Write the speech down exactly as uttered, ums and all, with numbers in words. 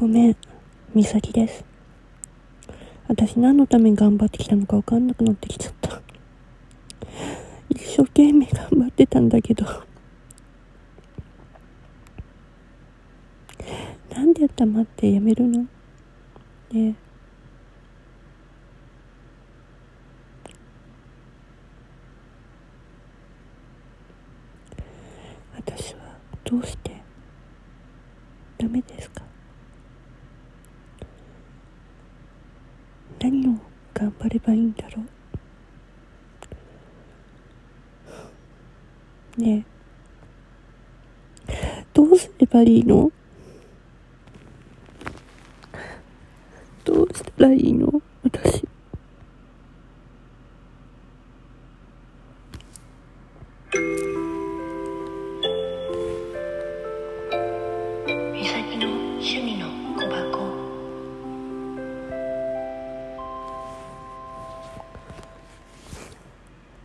ごめん、みさきです。私何のために頑張ってきたのか分かんなくなってきちゃった。一生懸命頑張ってたんだけど、なんで黙ってやめるのねえ。私はどうしてダメですか？何を頑張ればいいんだろうねえ。どうすればいいの？どうしたらいいの？私